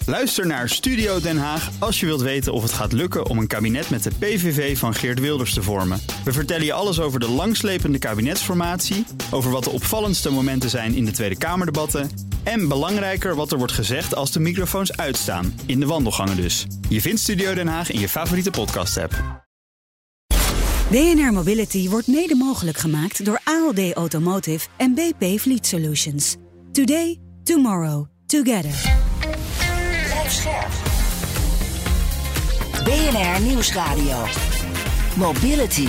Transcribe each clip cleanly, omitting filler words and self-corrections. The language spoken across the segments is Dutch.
Luister naar Studio Den Haag als je wilt weten of het gaat lukken om een kabinet met de PVV van Geert Wilders te vormen. We vertellen je alles over de langslepende kabinetsformatie, over wat de opvallendste momenten zijn in de Tweede Kamerdebatten en belangrijker wat er wordt gezegd als de microfoons uitstaan, in de wandelgangen dus. Je vindt Studio Den Haag in je favoriete podcast-app. BNR Mobility wordt mede mogelijk gemaakt door ALD Automotive en BP Fleet Solutions. Today, tomorrow, together. Blijf scherp. BNR Nieuwsradio. Mobility.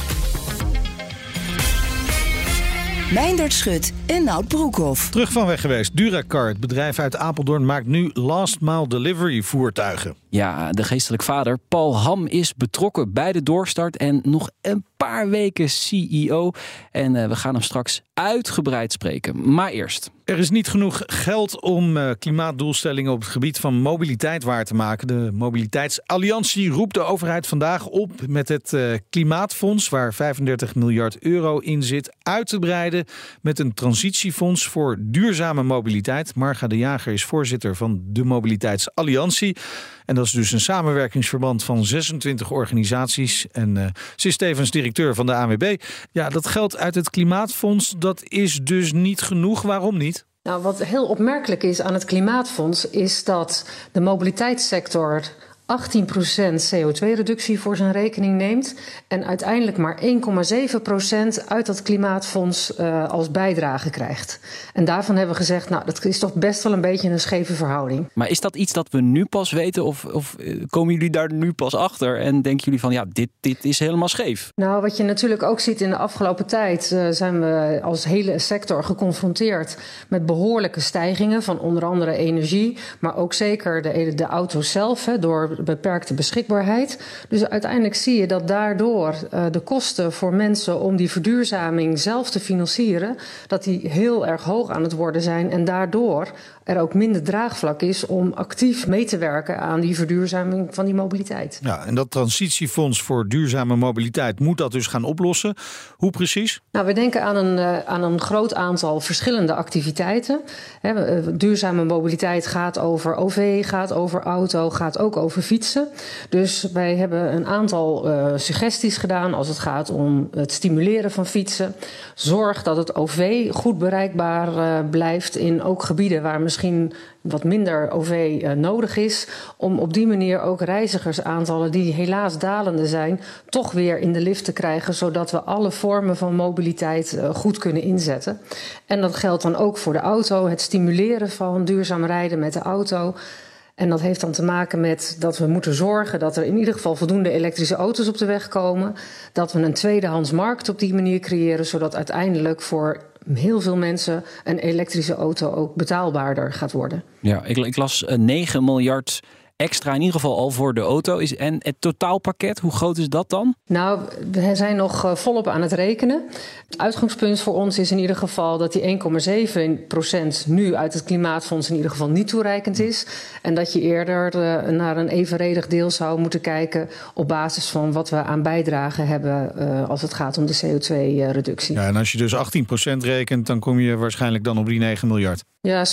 Meindert Schut en Nout Broekhoff. Terug van weg geweest. Duracar, het bedrijf uit Apeldoorn, maakt nu last mile delivery voertuigen. Ja, de geestelijk vader Paul Ham is betrokken bij de doorstart en nog een paar weken CEO. En we gaan hem straks uitgebreid spreken. Maar eerst. Er is niet genoeg geld om klimaatdoelstellingen op het gebied van mobiliteit waar te maken. De Mobiliteitsalliantie roept de overheid vandaag op met het Klimaatfonds, waar 35 miljard euro in zit, uit te breiden met een transitiefonds voor duurzame mobiliteit. Marga de Jager is voorzitter van de Mobiliteitsalliantie. En dat is dus een samenwerkingsverband van 26 organisaties. En ze is tevens directeur van de ANWB. Ja, dat geld uit het Klimaatfonds, dat is dus niet genoeg. Waarom niet? Nou, wat heel opmerkelijk is aan het Klimaatfonds is dat de mobiliteitssector 18% CO2-reductie voor zijn rekening neemt en uiteindelijk maar 1,7% uit dat klimaatfonds als bijdrage krijgt. En daarvan hebben we gezegd, nou, dat is toch best wel een beetje een scheve verhouding. Maar is dat iets dat we nu pas weten of komen jullie daar nu pas achter en denken jullie van, ja, dit is helemaal scheef? Nou, wat je natuurlijk ook ziet in de afgelopen tijd zijn we als hele sector geconfronteerd met behoorlijke stijgingen van onder andere energie, maar ook zeker de auto's zelf, door beperkte beschikbaarheid. Dus uiteindelijk zie je dat daardoor de kosten voor mensen om die verduurzaming zelf te financieren, dat die heel erg hoog aan het worden zijn en daardoor er ook minder draagvlak is om actief mee te werken aan die verduurzaming van die mobiliteit. Ja, en dat transitiefonds voor duurzame mobiliteit moet dat dus gaan oplossen. Hoe precies? Nou, we denken aan een groot aantal verschillende activiteiten. Duurzame mobiliteit gaat over OV, gaat over auto, gaat ook over fietsen. Dus wij hebben een aantal suggesties gedaan als het gaat om het stimuleren van fietsen. Zorg dat het OV goed bereikbaar blijft in ook gebieden waar misschien wat minder OV nodig is, om op die manier ook reizigersaantallen die helaas dalende zijn, toch weer in de lift te krijgen, zodat we alle vormen van mobiliteit goed kunnen inzetten. En dat geldt dan ook voor de auto, het stimuleren van duurzaam rijden met de auto. En dat heeft dan te maken met dat we moeten zorgen dat er in ieder geval voldoende elektrische auto's op de weg komen. Dat we een tweedehands markt op die manier creëren, zodat uiteindelijk voor heel veel mensen een elektrische auto ook betaalbaarder gaat worden. Ja, ik las 9 miljard extra in ieder geval al voor de auto. En het totaalpakket, hoe groot is dat dan? Nou, we zijn nog volop aan het rekenen. Het uitgangspunt voor ons is in ieder geval dat die 1,7% nu uit het Klimaatfonds in ieder geval niet toereikend is. En dat je eerder naar een evenredig deel zou moeten kijken op basis van wat we aan bijdragen hebben als het gaat om de CO2-reductie. Ja, en als je dus 18% rekent, dan kom je waarschijnlijk dan op die 9 miljard. Ja,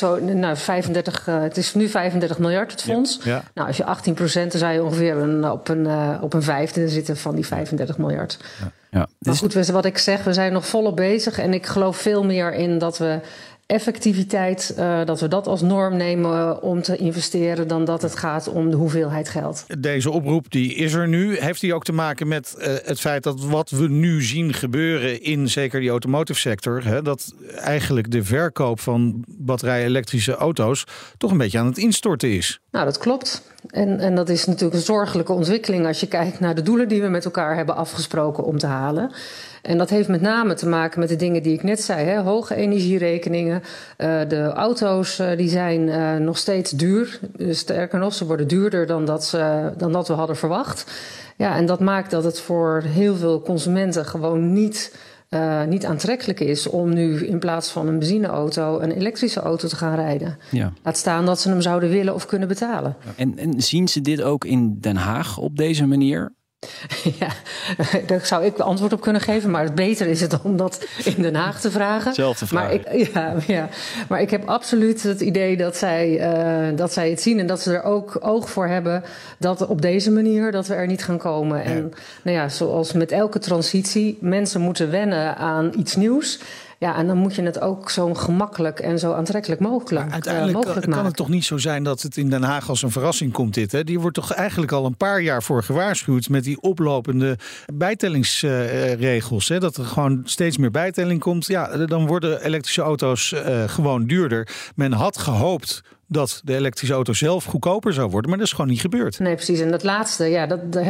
het is nu 35 miljard het fonds. Ja. Nou, als je 18%, dan zou je ongeveer op een vijfde zitten van die 35 miljard. Ja. Maar goed, wat ik zeg, we zijn nog volop bezig. En ik geloof veel meer in dat we effectiviteit, dat we dat als norm nemen om te investeren, dan dat het gaat om de hoeveelheid geld. Deze oproep die is er nu. Heeft die ook te maken met het feit dat wat we nu zien gebeuren in zeker die automotive sector, dat eigenlijk de verkoop van batterij-elektrische auto's toch een beetje aan het instorten is? Nou, dat klopt. En dat is natuurlijk een zorgelijke ontwikkeling als je kijkt naar de doelen die we met elkaar hebben afgesproken om te halen. En dat heeft met name te maken met de dingen die ik net zei. Hoge energierekeningen. De auto's die zijn nog steeds duur. Sterker nog, ze worden duurder dan dat we hadden verwacht. Ja, en dat maakt dat het voor heel veel consumenten gewoon niet aantrekkelijk is om nu in plaats van een benzineauto een elektrische auto te gaan rijden. Ja. Laat staan dat ze hem zouden willen of kunnen betalen. En zien ze dit ook in Den Haag op deze manier? Ja, daar zou ik antwoord op kunnen geven. Maar het beter is het om dat in Den Haag te vragen. Zelfde vraag. Maar ik heb absoluut het idee dat zij het zien. En dat ze er ook oog voor hebben dat op deze manier dat we er niet gaan komen. Ja. En nou ja, zoals met elke transitie, mensen moeten wennen aan iets nieuws. Ja, en dan moet je het ook zo gemakkelijk en zo aantrekkelijk mogelijk maar uiteindelijk kan het toch niet zo zijn dat het in Den Haag als een verrassing komt dit. Hè? Die wordt toch eigenlijk al een paar jaar voor gewaarschuwd met die oplopende bijtellingsregels. Dat er gewoon steeds meer bijtelling komt. Ja, dan worden elektrische auto's gewoon duurder. Men had gehoopt dat de elektrische auto zelf goedkoper zou worden. Maar dat is gewoon niet gebeurd. Nee, precies. En dat laatste, ja,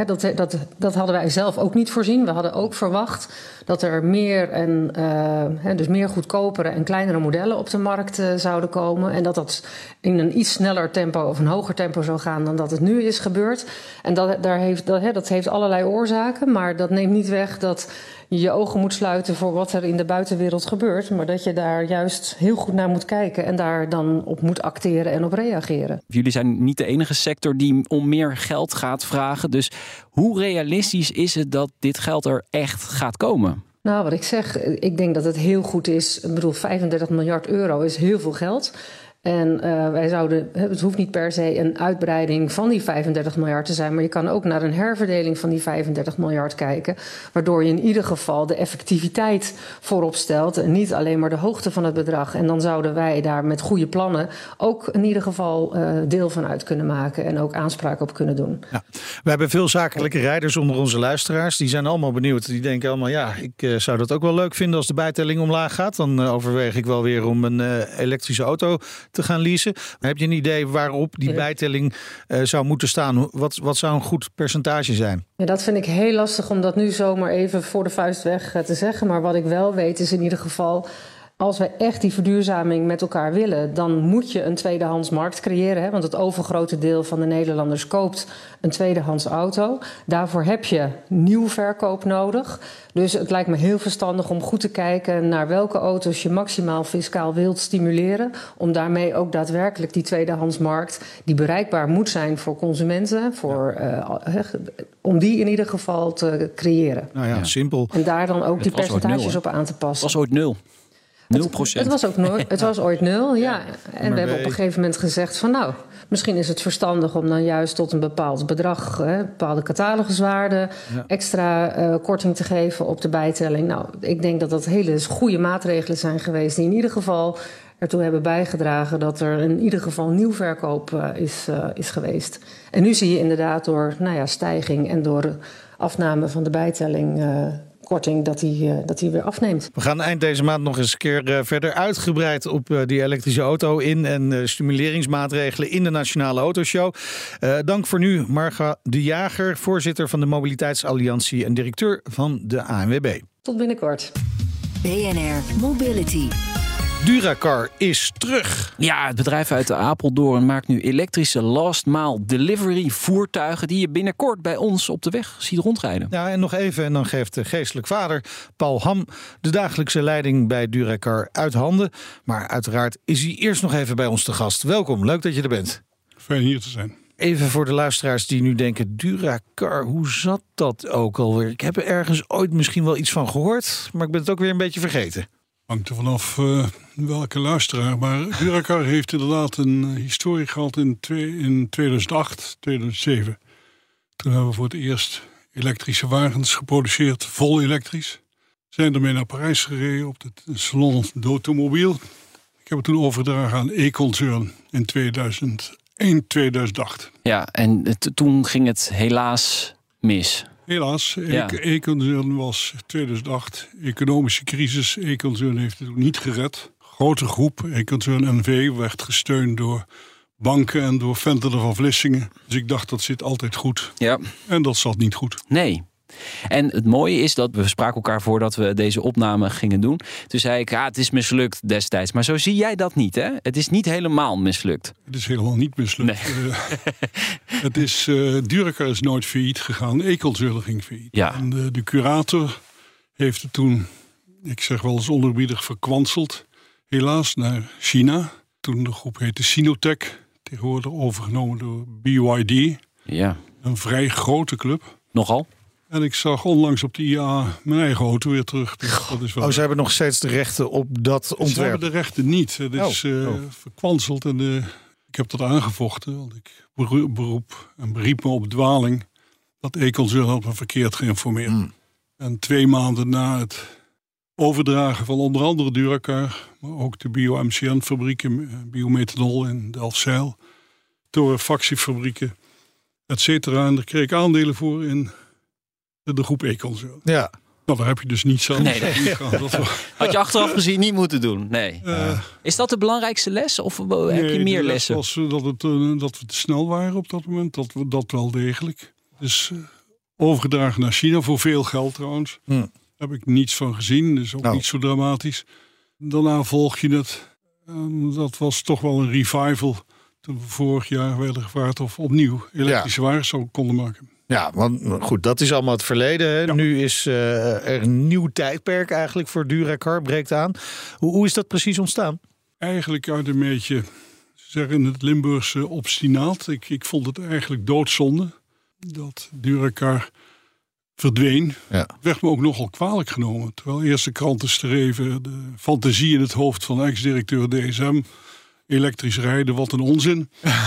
dat hadden wij zelf ook niet voorzien. We hadden ook verwacht dat er meer dus meer goedkopere en kleinere modellen op de markt zouden komen. En dat in een iets sneller tempo of een hoger tempo zou gaan dan dat het nu is gebeurd. En dat heeft allerlei oorzaken. Maar dat neemt niet weg dat je je ogen moet sluiten voor wat er in de buitenwereld gebeurt. Maar dat je daar juist heel goed naar moet kijken en daar dan op moet acteren en op reageren. Jullie zijn niet de enige sector die om meer geld gaat vragen. Dus hoe realistisch is het dat dit geld er echt gaat komen? Nou, wat ik zeg, ik denk dat het heel goed is. Ik bedoel, 35 miljard euro is heel veel geld. En het hoeft niet per se een uitbreiding van die 35 miljard te zijn, maar je kan ook naar een herverdeling van die 35 miljard kijken, waardoor je in ieder geval de effectiviteit voorop stelt en niet alleen maar de hoogte van het bedrag. En dan zouden wij daar met goede plannen ook in ieder geval deel van uit kunnen maken en ook aanspraak op kunnen doen. Ja. We hebben veel zakelijke rijders onder onze luisteraars. Die zijn allemaal benieuwd. Die denken allemaal, ja, ik zou dat ook wel leuk vinden als de bijtelling omlaag gaat. Dan overweeg ik wel weer om een elektrische auto te gaan leasen. Maar heb je een idee waarop die bijtelling zou moeten staan? Wat zou een goed percentage zijn? Ja, dat vind ik heel lastig om dat nu zomaar even voor de vuist weg te zeggen. Maar wat ik wel weet is in ieder geval, als wij echt die verduurzaming met elkaar willen, dan moet je een tweedehands markt creëren. Hè? Want het overgrote deel van de Nederlanders koopt een tweedehands auto. Daarvoor heb je nieuw verkoop nodig. Dus het lijkt me heel verstandig om goed te kijken naar welke auto's je maximaal fiscaal wilt stimuleren. Om daarmee ook daadwerkelijk die tweedehandsmarkt, die bereikbaar moet zijn voor consumenten, om die in ieder geval te creëren. Nou ja, simpel. En daar dan ook die percentages op aan te passen. Het was ooit 0. 0%. Het was ooit 0, ja. En we hebben op een gegeven moment gezegd van nou, misschien is het verstandig om dan juist tot een bepaald bedrag, bepaalde cataloguswaarde, extra korting te geven op de bijtelling. Nou, ik denk dat dat hele goede maatregelen zijn geweest die in ieder geval ertoe hebben bijgedragen dat er in ieder geval nieuw verkoop is geweest. En nu zie je inderdaad door stijging en door afname van de bijtelling korting dat die weer afneemt. We gaan eind deze maand nog eens een keer verder uitgebreid op die elektrische auto in en stimuleringsmaatregelen in de Nationale Autoshow. Dank voor nu, Marga de Jager, voorzitter van de Mobiliteitsalliantie en directeur van de ANWB. Tot binnenkort. BNR Mobility. Duracar is terug. Ja, het bedrijf uit Apeldoorn maakt nu elektrische last mile delivery voertuigen die je binnenkort bij ons op de weg ziet rondrijden. Ja, en nog even, en dan geeft de geestelijk vader Paul Ham de dagelijkse leiding bij Duracar uit handen. Maar uiteraard is hij eerst nog even bij ons te gast. Welkom, leuk dat je er bent. Fijn hier te zijn. Even voor de luisteraars die nu denken, Duracar, hoe zat dat ook alweer? Ik heb er ergens ooit misschien wel iets van gehoord, maar ik ben het ook weer een beetje vergeten. Hangt er vanaf welke luisteraar. Maar Duracar heeft inderdaad een historie gehad in 2008, 2007. Toen hebben we voor het eerst elektrische wagens geproduceerd, vol elektrisch. Zijn ermee naar Parijs gereden op het Salon d'Automobile. Ik heb het toen overgedragen aan E-Concern in 2008. Ja, en toen ging het helaas mis. Helaas, E-Concern was 2008, economische crisis. E-Concern heeft het niet gered. Grote groep, E-Concern NV, werd gesteund door banken en door Ventler van Vlissingen. Dus ik dacht, dat zit altijd goed. Ja. En dat zat niet goed. Nee. En het mooie is dat we spraken elkaar voordat we deze opname gingen doen. Toen zei ik, het is mislukt destijds. Maar zo zie jij dat niet, hè? Het is niet helemaal mislukt. Het is helemaal niet mislukt. Nee. Duracar is nooit failliet gegaan. E-Concern ging failliet. Ja. En de curator heeft het toen, ik zeg wel eens onerbiedig, verkwanseld. Helaas naar China. Toen de groep heette Sinotech. Tegenwoordig overgenomen door BYD. Ja. Een vrij grote club. Nogal. En ik zag onlangs op de IAA mijn eigen auto weer terug. Dus dat is wel... ze hebben nog steeds de rechten op dat ontwerp? Ze hebben de rechten niet. Het is verkwanseld en ik heb dat aangevochten. Want ik beriep me op dwaling dat Econsult had me verkeerd geïnformeerd. En 2 maanden na het overdragen van onder andere Duracar, maar ook de bio-MCN-fabrieken, biomethanol in Delfzijl, torrefactiefabrieken, et cetera. En daar kreeg ik aandelen voor in de groep Econsult. Ja. Nou, daar heb je dus niet zelf. Nee. Had je achteraf gezien niet moeten doen. Nee. Is dat de belangrijkste les? Of heb je meer lessen? Was dat we te snel waren op dat moment. Dat wel degelijk. Dus overgedragen naar China voor veel geld trouwens. Heb ik niets van gezien. Dus ook niet zo dramatisch. Daarna volg je het. Dat was toch wel een revival. Toen we vorig jaar werden gevraagd of opnieuw elektrische wagens konden maken. Ja, want goed, dat is allemaal het verleden. Hè? Ja. Nu is er een nieuw tijdperk eigenlijk voor Duracar, breekt aan. Hoe is dat precies ontstaan? Eigenlijk uit een beetje, ze zeggen in het Limburgse obstinaat. Ik vond het eigenlijk doodzonde dat Duracar verdween. Ja. Werd me ook nogal kwalijk genomen. Terwijl eerst de kranten streven, de fantasie in het hoofd van ex-directeur DSM... elektrisch rijden, wat een onzin.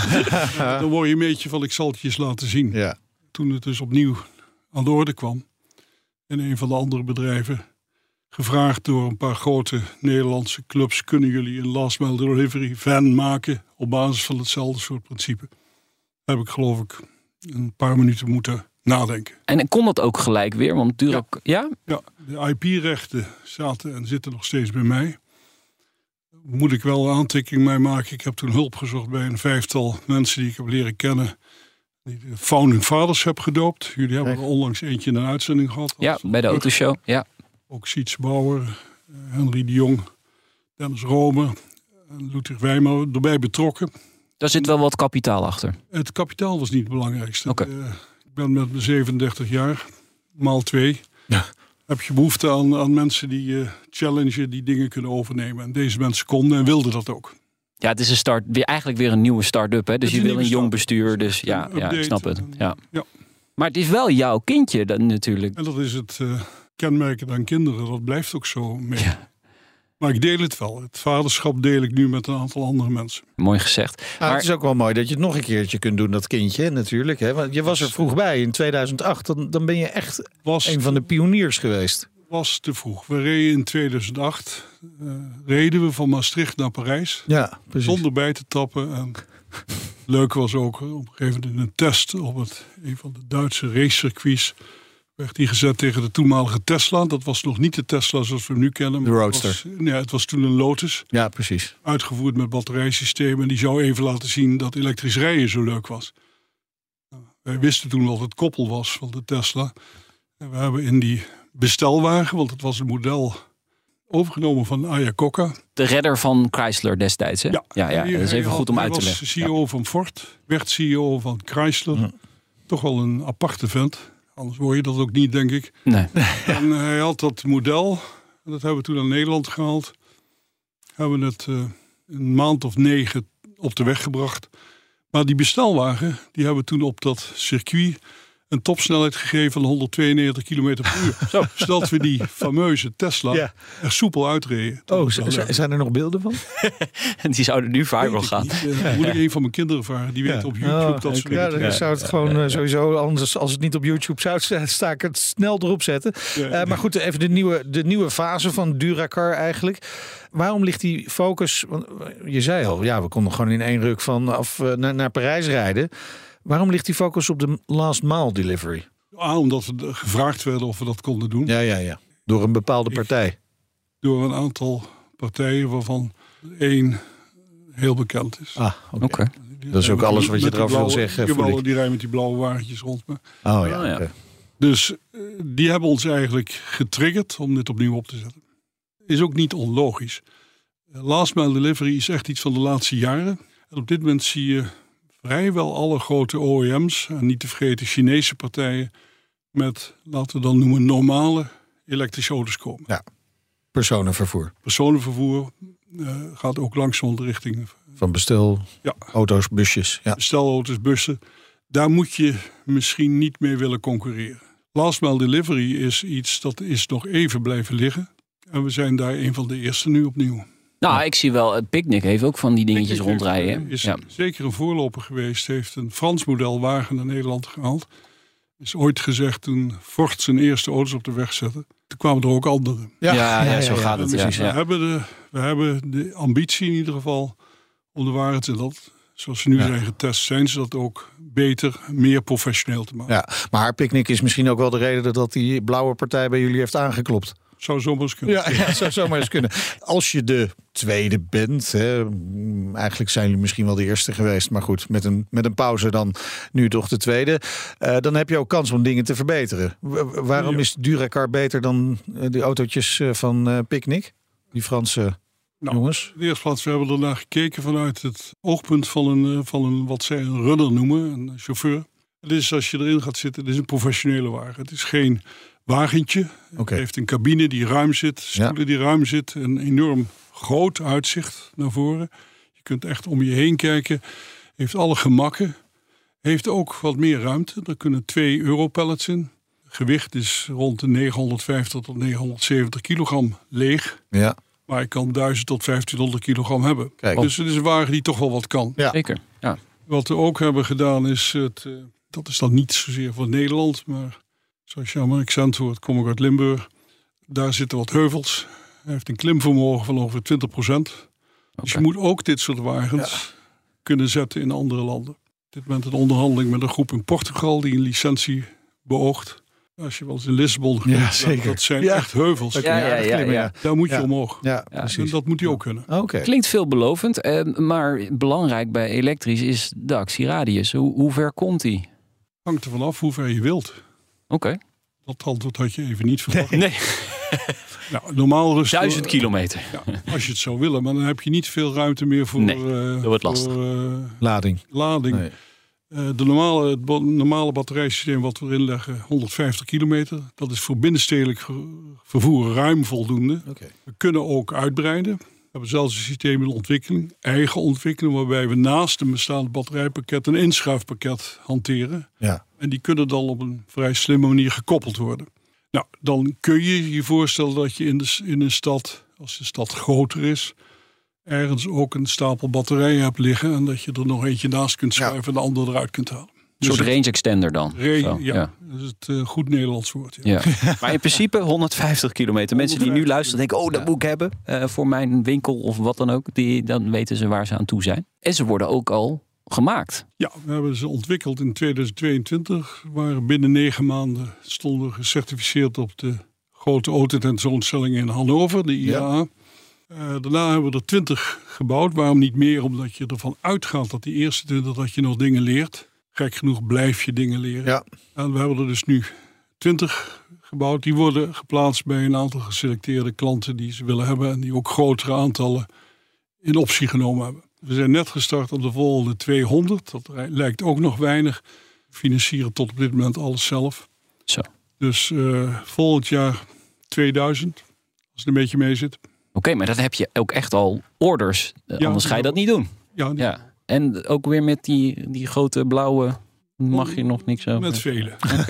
Dan word je een beetje van, ik zal het je eens laten zien. Ja. Toen het dus opnieuw aan de orde kwam. En een van de andere bedrijven, gevraagd door een paar grote Nederlandse clubs, kunnen jullie een last mile delivery van maken op basis van hetzelfde soort principe. Daar heb ik geloof ik een paar minuten moeten nadenken. En kon dat ook gelijk weer? Want Ja, de IP-rechten zaten en zitten nog steeds bij mij. Moet ik wel een aantekening mee maken. Ik heb toen hulp gezocht bij een 5-tal mensen die ik heb leren kennen. Die de Founding Fathers heb gedoopt. Jullie hebben er onlangs eentje in een uitzending gehad. Ja, bij de Autoshow. Ja. Ook Siets Bauer, Henry de Jong, Dennis Romer en Ludwig Wijmer erbij betrokken. Daar zit wel wat kapitaal achter. Het kapitaal was niet het belangrijkste. Okay. Ik ben met mijn 37 jaar, maal 2... Ja. Heb je behoefte aan mensen die challengen, die dingen kunnen overnemen. En deze mensen konden en wilden dat ook. Ja, het is eigenlijk weer een nieuwe start-up. Hè? Dus je wil een jong bestuur. Dus ja, ik snap het. Ja. Maar het is wel jouw kindje dan natuurlijk. En dat is het kenmerken aan kinderen. Dat blijft ook zo mee. Ja. Maar ik deel het wel. Het vaderschap deel ik nu met een aantal andere mensen. Mooi gezegd. Maar het is ook wel mooi dat je het nog een keertje kunt doen, dat kindje natuurlijk. Hè? Want je was er vroeg bij in 2008. Dan ben je echt een van de pioniers geweest. Was te vroeg. We reden in 2008. Reden we van Maastricht naar Parijs. Ja, precies. Zonder bij te tappen. En leuk was ook op een gegeven moment in een test op een van de Duitse racecircuits. Werd die gezet tegen de toenmalige Tesla. Dat was nog niet de Tesla zoals we hem nu kennen. De Roadster. Het was toen een Lotus. Ja, precies. Uitgevoerd met batterijsystemen. En die zou even laten zien dat elektrisch rijden zo leuk was. Wij wisten toen wat het koppel was van de Tesla. En we hebben in die bestelwagen, want het was een model overgenomen van Iacocca. De redder van Chrysler destijds, hè? Ja, dat is even goed om uit te leggen. Hij was CEO van Ford. Werd CEO van Chrysler. Toch wel een aparte vent. Anders hoor je dat ook niet, denk ik. Nee. En hij had dat model. Dat hebben we toen naar Nederland gehaald. Hebben het een maand of 9 op de weg gebracht. Maar die bestelwagen, die hebben we toen op dat circuit een topsnelheid gegeven van 192 km per uur. Zo. Zodat we die fameuze Tesla er soepel uitreden. Zijn er nog beelden van? Die zouden nu viral gaan. Moet ik een van mijn kinderen vragen. Die weet op YouTube dat soort dingen. Dan zou het gewoon sowieso, anders als het niet op YouTube zou, sta ik het snel erop zetten. Maar goed, even de nieuwe fase van Duracar eigenlijk. Waarom ligt die focus, want je zei al, we konden gewoon in 1 ruk vanaf naar Parijs rijden. Waarom ligt die focus op de last mile delivery? Omdat we gevraagd werden of we dat konden doen. Ja. Door een bepaalde partij. Door een aantal partijen waarvan 1 heel bekend is. Oké. Dat is ook alles wat je erover wil zeggen. Die rijden met die blauwe wagentjes rond me. Okay. Dus die hebben ons eigenlijk getriggerd om dit opnieuw op te zetten. Is ook niet onlogisch. Last mile delivery is echt iets van de laatste jaren. En op dit moment zie je vrijwel alle grote OEM's, en niet te vergeten Chinese partijen, met, laten we dan noemen, normale elektrische auto's komen. Ja, personenvervoer. Personenvervoer gaat ook langzaam de richting van bestelauto's, busjes. Ja. Bestelauto's, bussen. Daar moet je misschien niet mee willen concurreren. Last mile delivery is iets dat is nog even blijven liggen. En we zijn daar een van de eerste nu opnieuw. Nou, ik zie wel, Picnic heeft ook van die dingetjes rondrijden. Is zeker een voorloper geweest. Heeft een Frans modelwagen naar Nederland gehaald. Is ooit gezegd toen Ford zijn eerste auto's op de weg zette. Toen kwamen er ook anderen. Ja, zo gaat het. Dus we hebben de ambitie in ieder geval om de waarheid en dat, zoals ze nu zijn getest, zijn ze dat ook beter, meer professioneel te maken. Ja, maar Picnic is misschien ook wel de reden dat die blauwe partij bij jullie heeft aangeklopt. Zou zomaar eens kunnen. Ja, zou zomaar eens kunnen. Als je de tweede bent, eigenlijk zijn jullie misschien wel de eerste geweest, maar goed, met een pauze dan nu toch de tweede. Dan heb je ook kans om dingen te verbeteren. Waarom is Duracar beter dan de autootjes van Picnic? Die Franse jongens? In de eerste plaats, we hebben ernaar gekeken vanuit het oogpunt van een wat zij een runner noemen, een chauffeur. Het is, als je erin gaat zitten, het is een professionele wagen. Het is geen wagentje. Het heeft een cabine die ruim zit, stoelen die ruim zitten, een enorm groot uitzicht naar voren. Je kunt echt om je heen kijken. Heeft alle gemakken. Heeft ook wat meer ruimte. Er kunnen 2 Europallets in. Gewicht is rond de 950 tot 970 kilogram leeg. Ja. Maar je kan 1000 tot 1500 kilogram hebben. Kijk. Dus het is een wagen die toch wel wat kan. Ja. Zeker. Ja. Wat we ook hebben gedaan is, dat is dan niet zozeer voor Nederland, maar zoals je aan mijn accent hoort, kom ik uit Limburg. Daar zitten wat heuvels. Hij heeft een klimvermogen van ongeveer 20%. Dus je moet ook dit soort wagens kunnen zetten in andere landen. Op dit moment een onderhandeling met een groep in Portugal die een licentie beoogt. Als je wel eens in Lissabon gaat, dat zijn echt heuvels. Daar moet je omhoog. Ja, en dat moet hij ook kunnen. Klinkt veelbelovend, maar belangrijk bij elektrisch is de actieradius. Hoe ver komt die? Hangt er vanaf hoe ver je wilt. Dat antwoord had je even niet verwacht. Nee. Nou, normaal 1000 kilometer. Ja, als je het zou willen, maar dan heb je niet veel ruimte meer voor, dat wordt lastig. Lading. Nee. Het normale batterijsysteem wat we erin leggen, 150 kilometer. Dat is voor binnenstedelijk vervoer ruim voldoende. We kunnen ook uitbreiden. We hebben zelfs een systeem in ontwikkeling, eigen ontwikkeling, waarbij we naast een bestaand batterijpakket een inschuifpakket hanteren. Ja. En die kunnen dan op een vrij slimme manier gekoppeld worden. Nou, dan kun je je voorstellen dat je in een stad, als de stad groter is, ergens ook een stapel batterijen hebt liggen en dat je er nog eentje naast kunt schuiven en de andere eruit kunt halen. Een soort range extender dan. Dat is het goed Nederlands woord. Ja. Maar in principe 150 kilometer. Mensen die nu luisteren denken, dat moet ik hebben voor mijn winkel of wat dan ook. Dan weten ze waar ze aan toe zijn. En ze worden ook al gemaakt. Ja, we hebben ze ontwikkeld in 2022. Waren binnen 9 maanden stonden gecertificeerd op de grote autotentoonstelling in Hannover, de IAA. Daarna hebben we er 20 gebouwd. Waarom niet meer? Omdat je ervan uitgaat dat die eerste 20 dat je nog dingen leert. Gek genoeg blijf je dingen leren. Ja. En we hebben er dus nu 20 gebouwd. Die worden geplaatst bij een aantal geselecteerde klanten die ze willen hebben. En die ook grotere aantallen in optie genomen hebben. We zijn net gestart op de volgende 200. Dat lijkt ook nog weinig. We financieren tot op dit moment alles zelf. Zo. Dus volgend jaar 2000. Als het een beetje mee zit. Oké, maar dan heb je ook echt al orders. Anders ga je dat niet doen. Ja. En ook weer met die grote blauwe, mag je nog niks over? Met velen.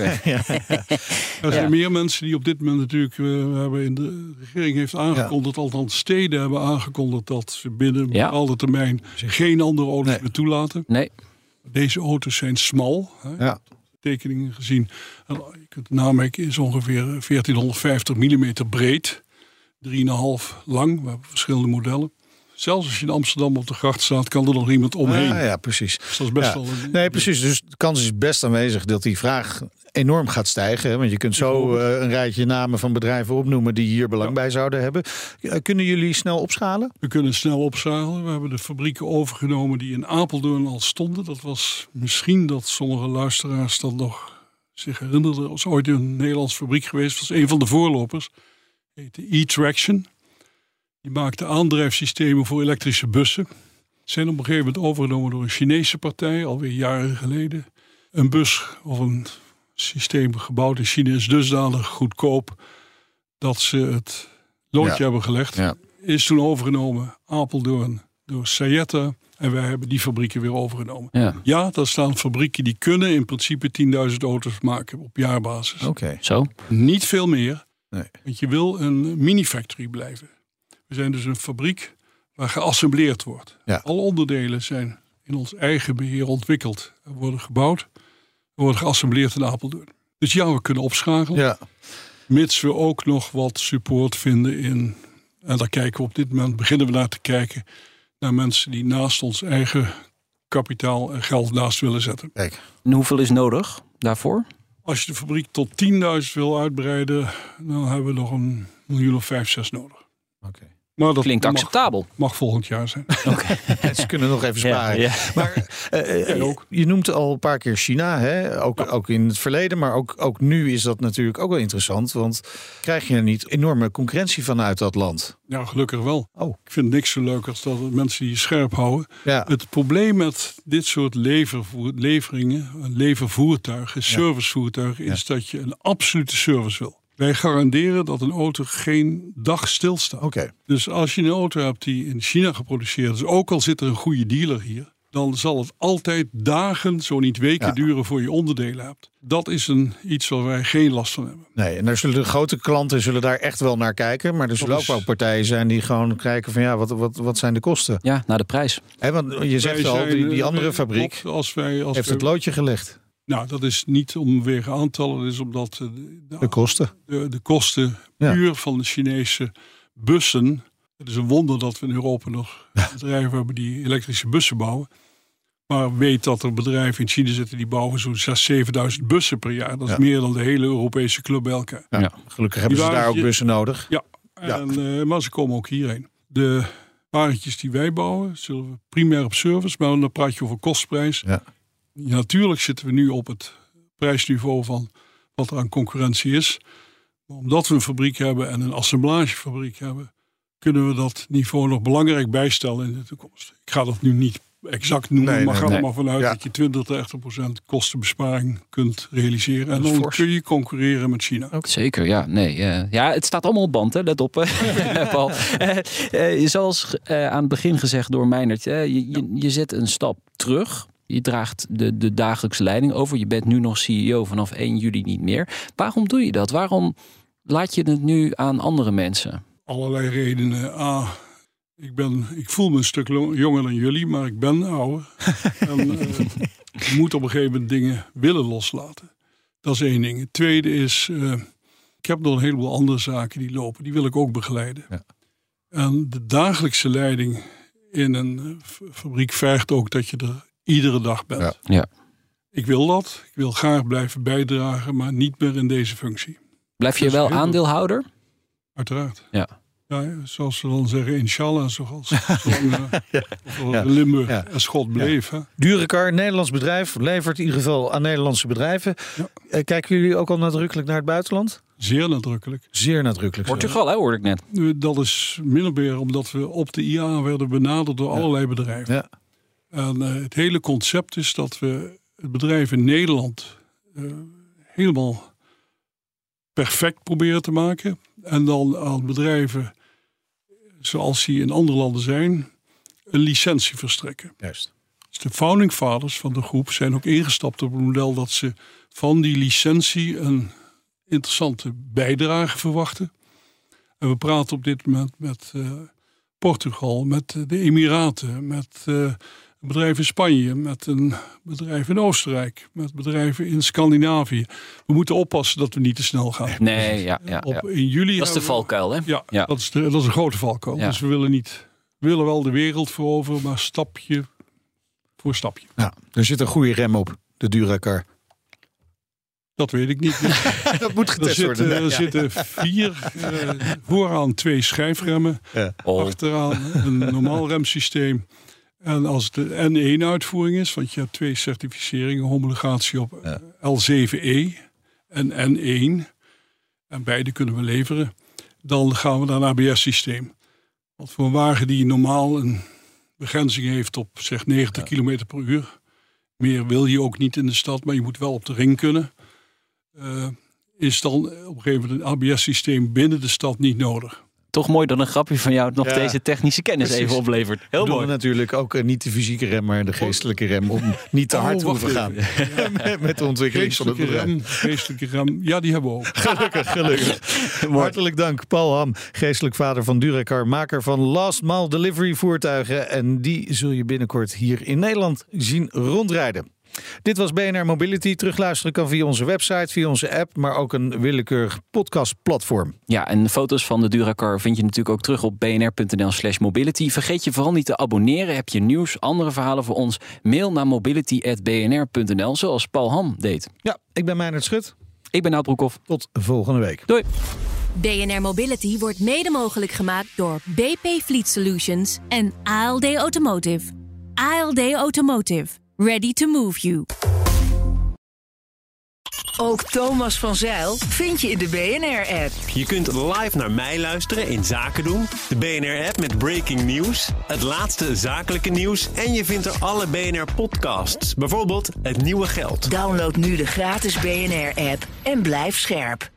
Er zijn meer mensen die op dit moment natuurlijk, de regering heeft aangekondigd, althans steden hebben aangekondigd dat ze binnen een bepaalde termijn geen andere auto's meer toelaten. Nee. Deze auto's zijn smal. Tekeningen gezien. Je kunt het namerken, is ongeveer 1450 mm breed. 3,5 lang. We hebben verschillende modellen. Zelfs als je in Amsterdam op de gracht staat, kan er nog iemand omheen. Ja, precies. Dus dat is best wel precies. Dus de kans is best aanwezig dat die vraag enorm gaat stijgen. Hè? Want je kunt zo een rijtje namen van bedrijven opnoemen die hier belang bij zouden hebben. Kunnen jullie snel opschalen? We kunnen snel opschalen. We hebben de fabrieken overgenomen die in Apeldoorn al stonden. Dat was misschien dat sommige luisteraars dat nog zich herinnerden. Er was ooit een Nederlandse fabriek geweest. Dat was een van de voorlopers. Heette E-Traction. Die maakte aandrijfsystemen voor elektrische bussen. Zijn op een gegeven moment overgenomen door een Chinese partij, alweer jaren geleden. Een bus of een systeem gebouwd in China is dusdanig goedkoop dat ze het loodje hebben gelegd. Ja. Is toen overgenomen Apeldoorn door Sayetta. En wij hebben die fabrieken weer overgenomen. Ja. Daar staan fabrieken die kunnen in principe 10.000 auto's maken op jaarbasis. Oké. Zo. Niet veel meer. Nee. Want je wil een mini-factory blijven. We zijn dus een fabriek waar geassembleerd wordt. Ja. Alle onderdelen zijn in ons eigen beheer ontwikkeld. Er worden gebouwd. Er worden geassembleerd in Apeldoorn. Dus ja, we kunnen opschakelen. Ja. Mits we ook nog wat support vinden in... En daar kijken we op dit moment, beginnen we naar te kijken... naar mensen die naast ons eigen kapitaal en geld naast willen zetten. Kijk. En hoeveel is nodig daarvoor? Als je de fabriek tot 10.000 wil uitbreiden... dan hebben we nog 1 miljoen of 5, 6 nodig. Oké. Maar dat Klinkt acceptabel. mag volgend jaar zijn. Ze kunnen nog even sparen. Ja. Maar ook. je noemt al een paar keer China, hè? Ook in het verleden, maar ook nu is dat natuurlijk ook wel interessant. Want krijg je er niet enorme concurrentie vanuit dat land? Ja, gelukkig wel. Oh. Ik vind niks zo leuk als dat mensen die je scherp houden. Ja. Het probleem met dit soort leveringen, levervoertuigen, servicevoertuigen... is dat je een absolute service wil. Wij garanderen dat een auto geen dag stilstaat. Oké. Dus als je een auto hebt die in China geproduceerd is... ook al zit er een goede dealer hier... dan zal het altijd dagen, zo niet weken duren... voor je onderdelen hebt. Dat is iets waar wij geen last van hebben. Nee, en daar zullen de grote klanten daar echt wel naar kijken. Maar er zullen ook wel partijen zijn die gewoon kijken van... ja, wat zijn de kosten? Ja, naar de prijs. Want je zegt al, die andere fabriek heeft het loodje gelegd. Nou, dat is niet om weer aan te tellen. Dat is omdat de kosten. De kosten puur van de Chinese bussen. Het is een wonder dat we in Europa nog bedrijven hebben die elektrische bussen bouwen. Maar weet dat er bedrijven in China zitten die bouwen zo'n 6.000, 7.000 bussen per jaar. Dat is meer dan de hele Europese club bij elkaar. Ja. Gelukkig hebben ze daar ook bussen nodig. Ja, maar ze komen ook hierheen. De wagentjes die wij bouwen, zullen we primair op service. Maar dan praat je over kostprijs. Ja. Ja, natuurlijk zitten we nu op het prijsniveau van wat er aan concurrentie is. Maar omdat we een fabriek hebben en een assemblagefabriek hebben... kunnen we dat niveau nog belangrijk bijstellen in de toekomst. Ik ga dat nu niet exact noemen, maar ga er maar vanuit dat je 20-30% kostenbesparing kunt realiseren. En dan kun je concurreren met China. Ook zeker, ja. Nee, ja, het staat allemaal op band, hè. Let op, Paul. Zoals aan het begin gezegd door Meijnerd, je zet een stap terug... Je draagt de dagelijkse leiding over. Je bent nu nog CEO, vanaf 1 juli niet meer. Waarom doe je dat? Waarom laat je het nu aan andere mensen? Allerlei redenen. Ik voel me een stuk jonger dan jullie, maar ik ben ouder. En je moet op een gegeven moment dingen willen loslaten. Dat is 1 ding. Het tweede is, ik heb nog een heleboel andere zaken die lopen. Die wil ik ook begeleiden. Ja. En de dagelijkse leiding in een fabriek vergt ook dat je er iedere dag bent. Ja. Ik wil dat. Ik wil graag blijven bijdragen, maar niet meer in deze functie. Blijf je wel aandeelhouder? Uiteraard. Ja. Ja, zoals ze dan zeggen, inshallah, zolang Limburg en Schot bleef. Ja. Durecar, Nederlands bedrijf, levert in ieder geval aan Nederlandse bedrijven. Ja. Kijken jullie ook al nadrukkelijk naar het buitenland? Zeer nadrukkelijk. Zeer nadrukkelijk. Portugal, hè, hoorde ik net. Dat is min of meer omdat we op de IA werden benaderd door allerlei bedrijven. Ja. En het hele concept is dat we het bedrijf in Nederland helemaal perfect proberen te maken. En dan aan bedrijven, zoals die in andere landen zijn, een licentie verstrekken. Juist. Dus de founding fathers van de groep zijn ook ingestapt op het model dat ze van die licentie een interessante bijdrage verwachten. En we praten op dit moment met Portugal, met de Emiraten, met een bedrijf in Spanje, met een bedrijf in Oostenrijk, met bedrijven in Scandinavië. We moeten oppassen dat we niet te snel gaan. Nee, In juli dat is de valkuil, hè? Ja. Dat is een grote valkuil. Ja. Dus we willen wel de wereld veroveren, maar stapje voor stapje. Ja, er zit een goede rem op, de Durecar. Dat weet ik niet. Dat moet getest worden. Er zitten 4, vooraan 2 schijfremmen, achteraan een normaal remsysteem. En als het de N1-uitvoering is, want je hebt 2 certificeringen, homologatie op L7E en N1, en beide kunnen we leveren, dan gaan we naar een ABS-systeem. Want voor een wagen die normaal een begrenzing heeft op zeg 90 km per uur, meer wil je ook niet in de stad, maar je moet wel op de ring kunnen, is dan op een gegeven moment een ABS-systeem binnen de stad niet nodig. Toch mooi dat een grapje van jou nog deze technische kennis even oplevert. Heel mooi. Natuurlijk ook niet de fysieke rem, maar de geestelijke rem. Om niet te hard te hoeven gaan met de ontwikkeling van het bedrijf. Geestelijke rem, ja, die hebben we ook. Gelukkig. Hartelijk dank, Paul Ham, geestelijk vader van Duracar, maker van Last Mile Delivery voertuigen. En die zul je binnenkort hier in Nederland zien rondrijden. Dit was BNR Mobility. Terugluisteren kan via onze website, via onze app, maar ook een willekeurig podcastplatform. Ja, en foto's van de Duracar vind je natuurlijk ook terug op bnr.nl/mobility. Vergeet je vooral niet te abonneren. Heb je nieuws, andere verhalen voor ons? Mail naar mobility@bnr.nl, zoals Paul Ham deed. Ja, ik ben Meijnerd Schut. Ik ben Nout Broekhoff. Tot volgende week. Doei. BNR Mobility wordt mede mogelijk gemaakt door BP Fleet Solutions en ALD Automotive. ALD Automotive. Ready to move you. Ook Thomas van Zijl vind je in de BNR-app. Je kunt live naar mij luisteren in Zaken doen. De BNR-app met breaking news, het laatste zakelijke nieuws en je vindt er alle BNR-podcasts. Bijvoorbeeld Het Nieuwe Geld. Download nu de gratis BNR-app en blijf scherp.